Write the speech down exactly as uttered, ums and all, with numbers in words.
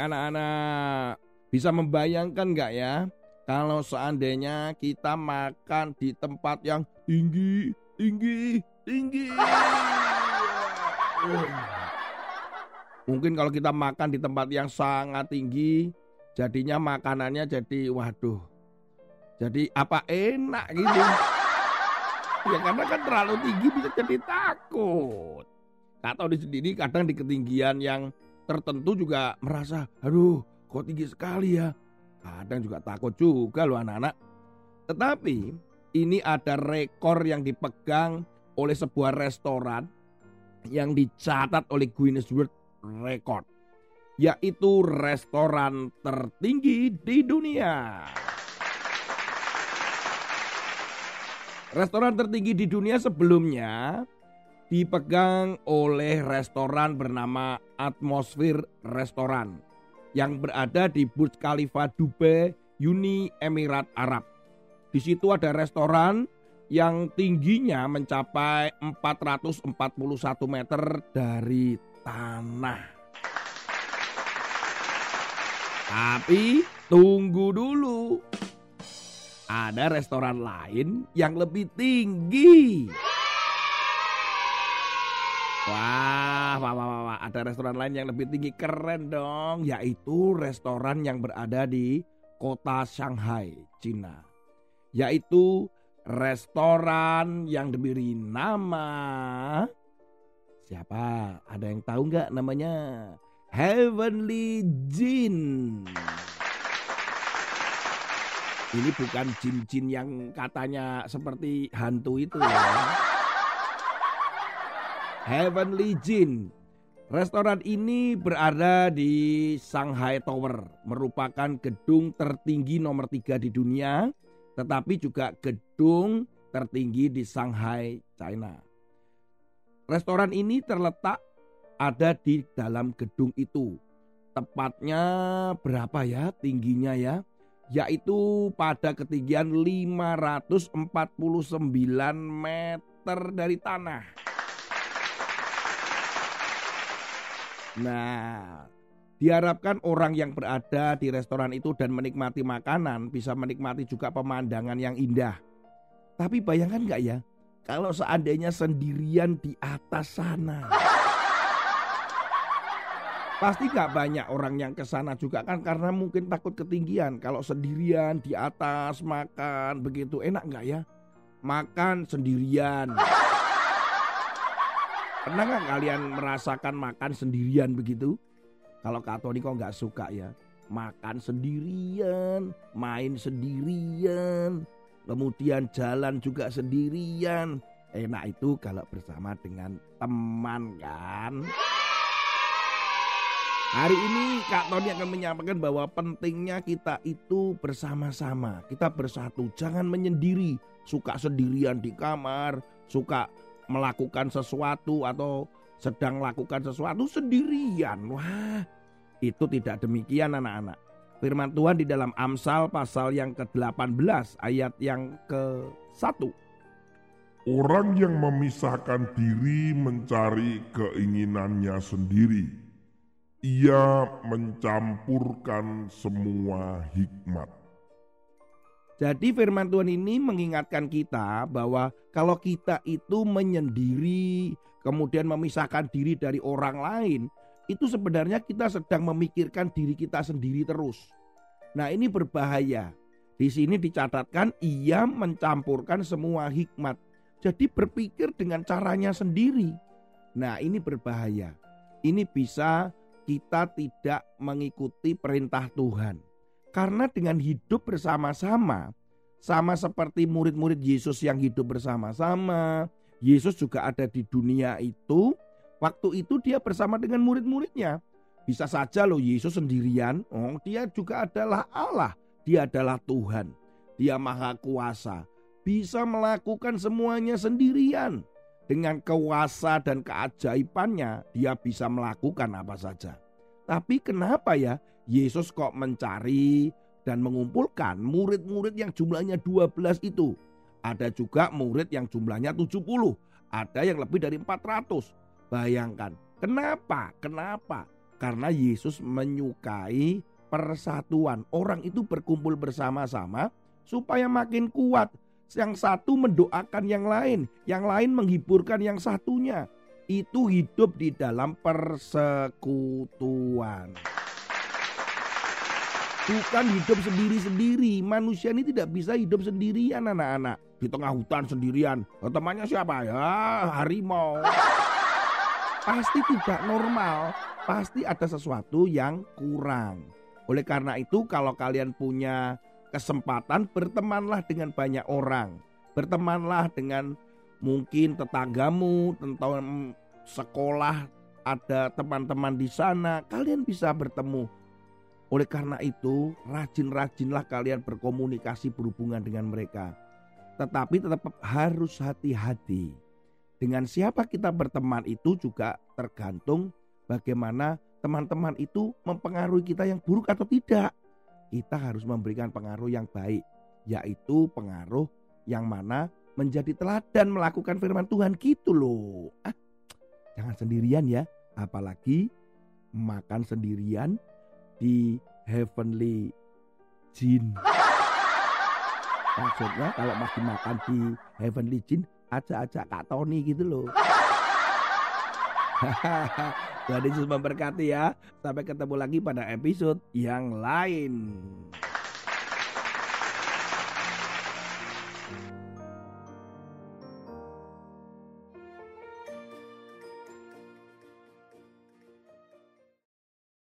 anak-anak, bisa membayangkan nggak ya? Kalau seandainya kita makan di tempat yang tinggi, tinggi, tinggi. Mungkin kalau kita makan di tempat yang sangat tinggi, jadinya makanannya jadi waduh. Jadi apa enak gitu. Ya karena kan terlalu tinggi bisa jadi takut. Atau di sendiri kadang di ketinggian yang tertentu juga merasa, aduh kok tinggi sekali ya. Kadang juga takut juga loh anak-anak. Tetapi ini ada rekor yang dipegang oleh sebuah restoran yang dicatat oleh Guinness World Record, yaitu restoran tertinggi di dunia. Restoran tertinggi di dunia sebelumnya dipegang oleh restoran bernama Atmosphere Restaurant yang berada di Burj Khalifa Dubai, Uni Emirat Arab. Di situ ada restoran yang tingginya mencapai empat ratus empat puluh satu meter dari tanah. Tapi tunggu dulu. Ada restoran lain yang lebih tinggi. Wah, wah, wah, wah, ada restoran lain yang lebih tinggi, keren dong. Yaitu restoran yang berada di kota Shanghai, Cina. Yaitu restoran yang diberi nama, siapa? Ada yang tahu nggak namanya? Heavenly Jin. Ini bukan jin-jin yang katanya seperti hantu itu ya. Heavenly Jin. Restoran ini berada di Shanghai Tower, merupakan gedung tertinggi nomor tiga di dunia, tetapi juga gedung tertinggi di Shanghai, China. Restoran ini terletak ada di dalam gedung itu. Tepatnya berapa ya tingginya ya? Yaitu pada ketinggian lima ratus empat puluh sembilan meter dari tanah. Nah, diharapkan orang yang berada di restoran itu dan menikmati makanan bisa menikmati juga pemandangan yang indah. Tapi bayangkan gak ya, kalau seandainya sendirian di atas sana. Pasti gak banyak orang yang ke sana juga kan, karena mungkin takut ketinggian. Kalau sendirian di atas makan begitu, enak gak ya? Makan sendirian. Pernah gak kalian merasakan makan sendirian begitu? Kalau Kak Tony kok gak suka ya. Makan sendirian, main sendirian, kemudian jalan juga sendirian. Enak itu kalau bersama dengan teman kan. Hari ini Kak Tony akan menyampaikan bahwa pentingnya kita itu bersama-sama. Kita bersatu, jangan menyendiri. Suka sendirian di kamar, suka melakukan sesuatu atau sedang melakukan sesuatu sendirian. Wah, itu tidak demikian anak-anak. Firman Tuhan di dalam Amsal pasal yang ke delapan belas ayat yang ke satu. Orang yang memisahkan diri mencari keinginannya sendiri. Ia mencampurkan semua hikmat. Jadi firman Tuhan ini mengingatkan kita bahwa kalau kita itu menyendiri, kemudian memisahkan diri dari orang lain, itu sebenarnya kita sedang memikirkan diri kita sendiri terus. Nah, ini berbahaya. Di sini dicatatkan ia mencampurkan semua hikmat. Jadi berpikir dengan caranya sendiri. Nah, ini berbahaya. Ini bisa kita tidak mengikuti perintah Tuhan. Karena dengan hidup bersama-sama, sama seperti murid-murid Yesus yang hidup bersama-sama, Yesus juga ada di dunia itu. Waktu itu dia bersama dengan murid-muridnya. Bisa saja loh Yesus sendirian, oh dia juga adalah Allah, dia adalah Tuhan, dia maha kuasa, bisa melakukan semuanya sendirian. Dengan kuasa dan keajaibannya dia bisa melakukan apa saja. Tapi kenapa ya Yesus kok mencari dan mengumpulkan murid-murid yang jumlahnya dua belas itu? Ada juga murid yang jumlahnya tujuh puluh, ada yang lebih dari empat ratus. Bayangkan, kenapa? Kenapa? Karena Yesus menyukai persatuan. Orang itu berkumpul bersama-sama supaya makin kuat. Yang satu mendoakan yang lain, yang lain menghiburkan yang satunya. Itu hidup di dalam persekutuan. Bukan hidup sendiri-sendiri. Manusia ini tidak bisa hidup sendirian anak-anak. Di tengah hutan sendirian. Oh, temannya siapa? Ya harimau. Pasti tidak normal. Pasti ada sesuatu yang kurang. Oleh karena itu kalau kalian punya kesempatan, bertemanlah dengan banyak orang. Bertemanlah dengan mungkin tetanggamu, tentang sekolah, ada teman-teman di sana. Kalian bisa bertemu. Oleh karena itu, rajin-rajinlah kalian berkomunikasi berhubungan dengan mereka. Tetapi tetap harus hati-hati. Dengan siapa kita berteman itu juga tergantung bagaimana teman-teman itu mempengaruhi kita yang buruk atau tidak. Kita harus memberikan pengaruh yang baik, yaitu pengaruh yang mana menjadi teladan melakukan firman Tuhan gitu loh. Ah, jangan sendirian ya, apalagi makan sendirian di Heavenly Jin. Maksudnya kalau masih makan di Heavenly Jin, ajak-ajak Kak Tony gitu loh. Tuhan Yesus memberkati ya. Sampai ketemu lagi pada episode yang lain.